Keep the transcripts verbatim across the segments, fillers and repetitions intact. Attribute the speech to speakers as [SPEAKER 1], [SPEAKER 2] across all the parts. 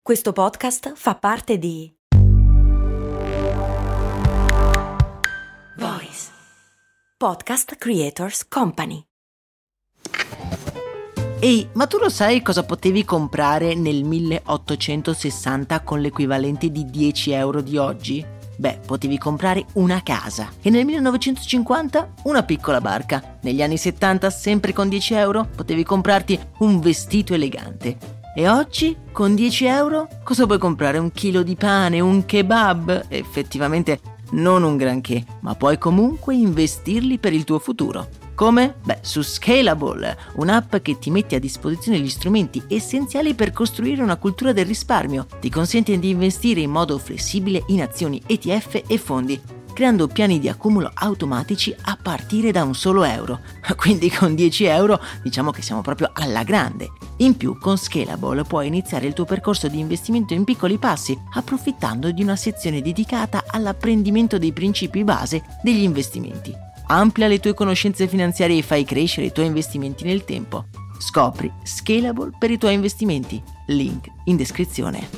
[SPEAKER 1] Questo podcast fa parte di Voice Podcast Creators Company.
[SPEAKER 2] Ehi, ma tu lo sai cosa potevi comprare nel milleottocentosessanta con l'equivalente di dieci euro di oggi? Beh, potevi comprare una casa. E nel millenovecentocinquanta una piccola barca. Negli anni settanta, sempre con dieci euro, potevi comprarti un vestito elegante. E oggi, con dieci euro, cosa puoi comprare? Un chilo di pane, un kebab? Effettivamente non un granché, ma puoi comunque investirli per il tuo futuro. Come? Beh, su Scalable, un'app che ti mette a disposizione gli strumenti essenziali per costruire una cultura del risparmio. Ti consente di investire in modo flessibile in azioni, E T F e fondi, creando piani di accumulo automatici a partire da un solo euro. Quindi con dieci euro diciamo che siamo proprio alla grande. In più, con Scalable puoi iniziare il tuo percorso di investimento in piccoli passi, approfittando di una sezione dedicata all'apprendimento dei principi base degli investimenti. Amplia le tue conoscenze finanziarie e fai crescere i tuoi investimenti nel tempo. Scopri Scalable per i tuoi investimenti. Link in descrizione.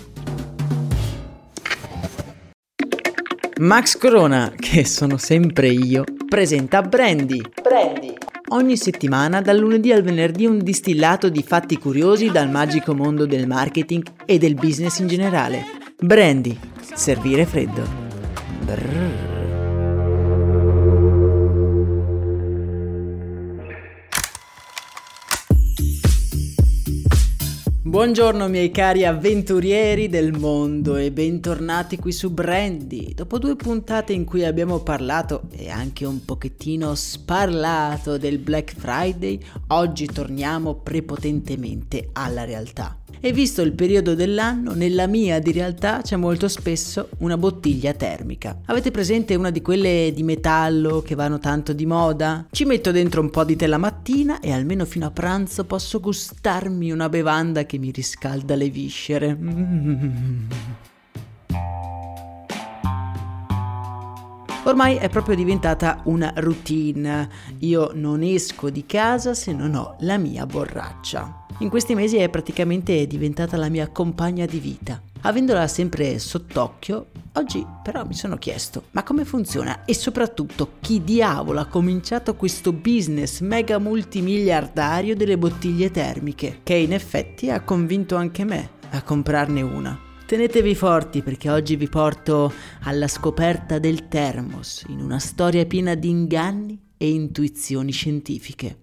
[SPEAKER 3] Max Corona, che sono sempre io, presenta Brandy. Brandy. Ogni settimana, dal lunedì al venerdì, un distillato di fatti curiosi dal magico mondo del marketing e del business in generale. Brandy. Servire freddo. Brrr. Buongiorno miei cari avventurieri del mondo e bentornati qui su Brandy. Dopo due puntate in cui abbiamo parlato e anche un pochettino sparlato del Black Friday, oggi torniamo prepotentemente alla realtà. E visto il periodo dell'anno, nella mia di realtà c'è molto spesso una bottiglia termica. Avete presente una di quelle di metallo che vanno tanto di moda? Ci metto dentro un po' di tè la mattina e almeno fino a pranzo posso gustarmi una bevanda che mi riscalda le viscere. Mm. Ormai è proprio diventata una routine. Io non esco di casa se non ho la mia borraccia. In questi mesi è praticamente diventata la mia compagna di vita. Avendola sempre sott'occhio, oggi però mi sono chiesto, ma come funziona? E soprattutto, chi diavolo ha cominciato questo business mega multimiliardario delle bottiglie termiche? Che in effetti ha convinto anche me a comprarne una. Tenetevi forti perché oggi vi porto alla scoperta del termos, in una storia piena di inganni e intuizioni scientifiche.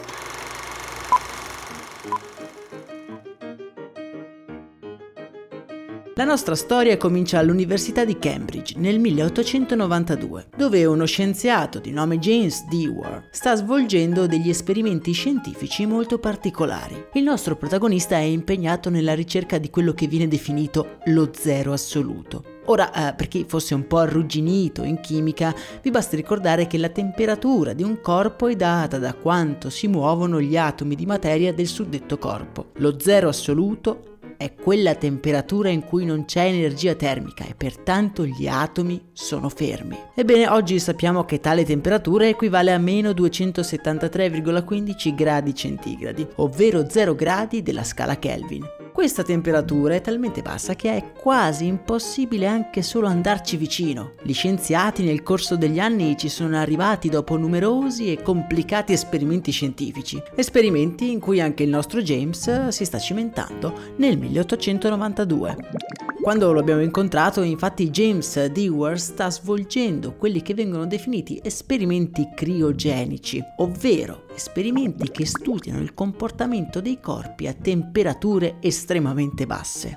[SPEAKER 3] La nostra storia comincia all'Università di Cambridge nel milleottocentonovantadue, dove uno scienziato di nome James Dewar sta svolgendo degli esperimenti scientifici molto particolari. Il nostro protagonista è impegnato nella ricerca di quello che viene definito lo zero assoluto. Ora, eh, per chi fosse un po' arrugginito in chimica, vi basti ricordare che la temperatura di un corpo è data da quanto si muovono gli atomi di materia del suddetto corpo. Lo zero assoluto è quella temperatura in cui non c'è energia termica e pertanto gli atomi sono fermi. Ebbene, oggi sappiamo che tale temperatura equivale a meno duecentosettantatré virgola quindici gradi centigradi, ovvero zero gradi della scala Kelvin. Questa temperatura è talmente bassa che è quasi impossibile anche solo andarci vicino. Gli scienziati nel corso degli anni ci sono arrivati dopo numerosi e complicati esperimenti scientifici, esperimenti in cui anche il nostro James si sta cimentando nel milleottocentonovantadue. Quando lo abbiamo incontrato, infatti, James Dewar sta svolgendo quelli che vengono definiti esperimenti criogenici, ovvero esperimenti che studiano il comportamento dei corpi a temperature estremamente basse.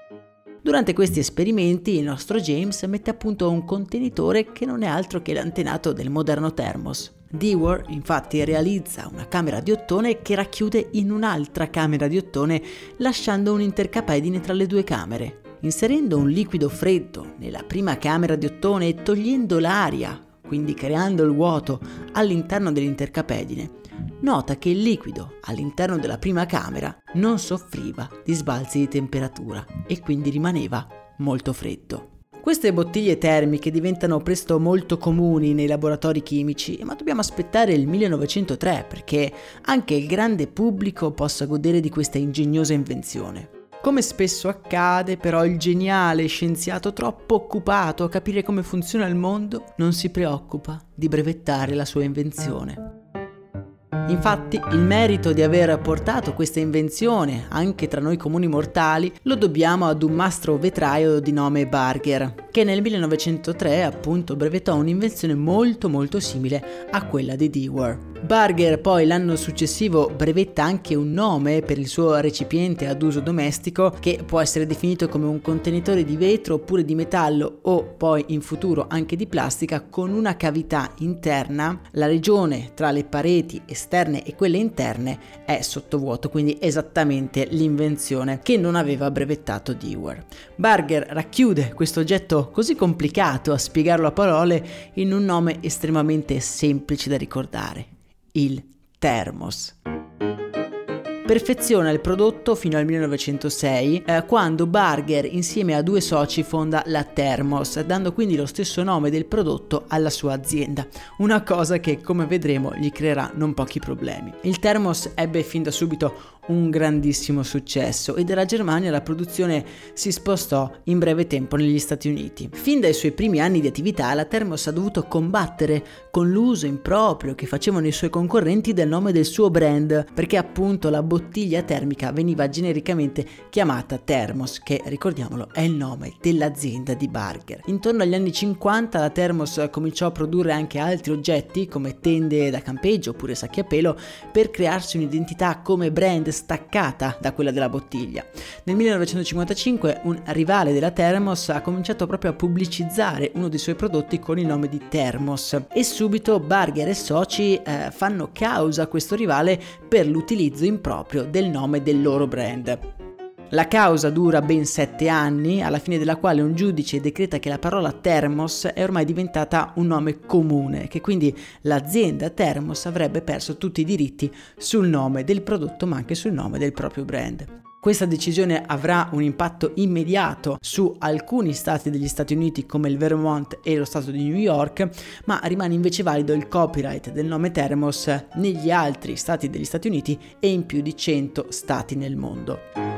[SPEAKER 3] Durante questi esperimenti il nostro James mette a punto un contenitore che non è altro che l'antenato del moderno termos. Dewar infatti realizza una camera di ottone che racchiude in un'altra camera di ottone, lasciando un intercapedine tra le due camere. Inserendo un liquido freddo nella prima camera di ottone e togliendo l'aria, quindi creando il vuoto all'interno dell'intercapedine, nota che il liquido all'interno della prima camera non soffriva di sbalzi di temperatura e quindi rimaneva molto freddo. Queste bottiglie termiche diventano presto molto comuni nei laboratori chimici, ma dobbiamo aspettare il millenovecentotre perché anche il grande pubblico possa godere di questa ingegnosa invenzione. Come spesso accade, però, il geniale scienziato troppo occupato a capire come funziona il mondo non si preoccupa di brevettare la sua invenzione. Infatti, il merito di aver portato questa invenzione anche tra noi comuni mortali lo dobbiamo ad un mastro vetraio di nome Barger, che nel millenovecentotre appunto brevettò un'invenzione molto molto simile a quella di Dewar. Barger poi l'anno successivo brevetta anche un nome per il suo recipiente ad uso domestico, che può essere definito come un contenitore di vetro oppure di metallo o poi in futuro anche di plastica, con una cavità interna. La regione tra le pareti esterne e quelle interne è sottovuoto, quindi esattamente l'invenzione che non aveva brevettato Dewar. Barger racchiude questo oggetto così complicato a spiegarlo a parole in un nome estremamente semplice da ricordare: il Thermos. Perfeziona il prodotto fino al millenovecentosei, eh, quando Barger insieme a due soci fonda la Thermos, dando quindi lo stesso nome del prodotto alla sua azienda, una cosa che, come vedremo, gli creerà non pochi problemi. Il Thermos ebbe fin da subito un grandissimo successo e dalla Germania la produzione si spostò in breve tempo negli Stati Uniti. Fin dai suoi primi anni di attività, la Thermos ha dovuto combattere con l'uso improprio che facevano i suoi concorrenti del nome del suo brand, perché appunto la bottiglia termica veniva genericamente chiamata Thermos, che, ricordiamolo, è il nome dell'azienda di Barger. Intorno agli anni cinquanta la Thermos cominciò a produrre anche altri oggetti come tende da campeggio oppure sacchi a pelo, per crearsi un'identità come brand staccata da quella della bottiglia. Nel millenovecentocinquantacinque un rivale della Thermos ha cominciato proprio a pubblicizzare uno dei suoi prodotti con il nome di Thermos, e subito Barger e soci eh, fanno causa a questo rivale per l'utilizzo improprio del nome del loro brand. La causa dura ben sette anni, alla fine della quale un giudice decreta che la parola Thermos è ormai diventata un nome comune, che quindi l'azienda Thermos avrebbe perso tutti i diritti sul nome del prodotto ma anche sul nome del proprio brand. Questa decisione avrà un impatto immediato su alcuni stati degli Stati Uniti come il Vermont e lo stato di New York, ma rimane invece valido il copyright del nome Thermos negli altri stati degli Stati Uniti e in più di cento stati nel mondo.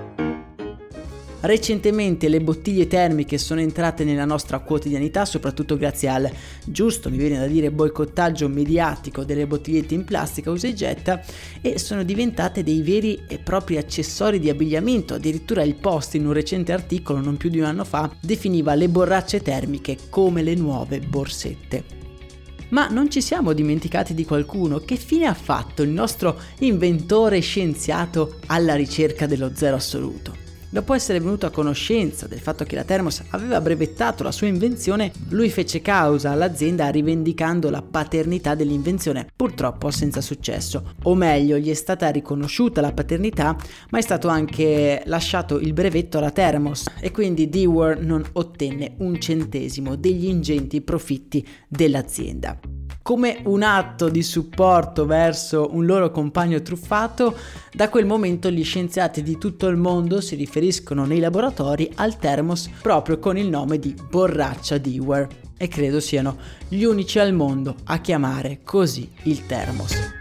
[SPEAKER 3] Recentemente le bottiglie termiche sono entrate nella nostra quotidianità, soprattutto grazie al giusto, mi viene da dire, boicottaggio mediatico delle bottigliette in plastica usa e getta, e sono diventate dei veri e propri accessori di abbigliamento. Addirittura il Post, in un recente articolo non più di un anno fa, definiva le borracce termiche come le nuove borsette. Ma non ci siamo dimenticati di qualcuno. Che fine ha fatto il nostro inventore scienziato alla ricerca dello zero assoluto? Dopo essere venuto a conoscenza del fatto che la Thermos aveva brevettato la sua invenzione, lui fece causa all'azienda rivendicando la paternità dell'invenzione, purtroppo senza successo. O meglio, gli è stata riconosciuta la paternità, ma è stato anche lasciato il brevetto alla Thermos, e quindi Dewar non ottenne un centesimo degli ingenti profitti dell'azienda. Come un atto di supporto verso un loro compagno truffato, da quel momento gli scienziati di tutto il mondo si riferiscono nei laboratori al Thermos proprio con il nome di borraccia Dewar, e credo siano gli unici al mondo a chiamare così il Thermos.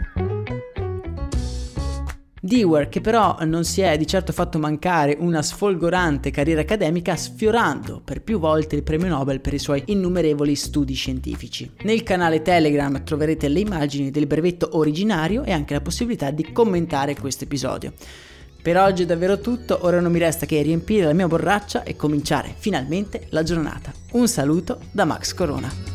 [SPEAKER 3] Dewar, che però non si è di certo fatto mancare una sfolgorante carriera accademica, sfiorando per più volte il premio Nobel per i suoi innumerevoli studi scientifici. Nel canale Telegram troverete le immagini del brevetto originario e anche la possibilità di commentare questo episodio. Per oggi è davvero tutto, ora non mi resta che riempire la mia borraccia e cominciare finalmente la giornata. Un saluto da Max Corona.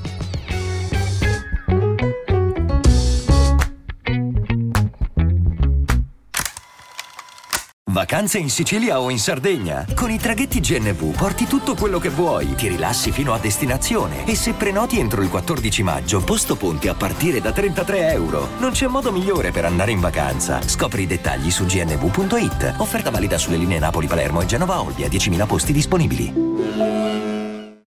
[SPEAKER 4] Vacanze in Sicilia o in Sardegna? Con i traghetti G N V porti tutto quello che vuoi, ti rilassi fino a destinazione, e se prenoti entro il quattordici maggio, posto ponti a partire da trentatré euro. Non c'è modo migliore per andare in vacanza. Scopri i dettagli su g n v punto i t. Offerta valida sulle linee Napoli-Palermo e Genova-Olbia, diecimila posti disponibili.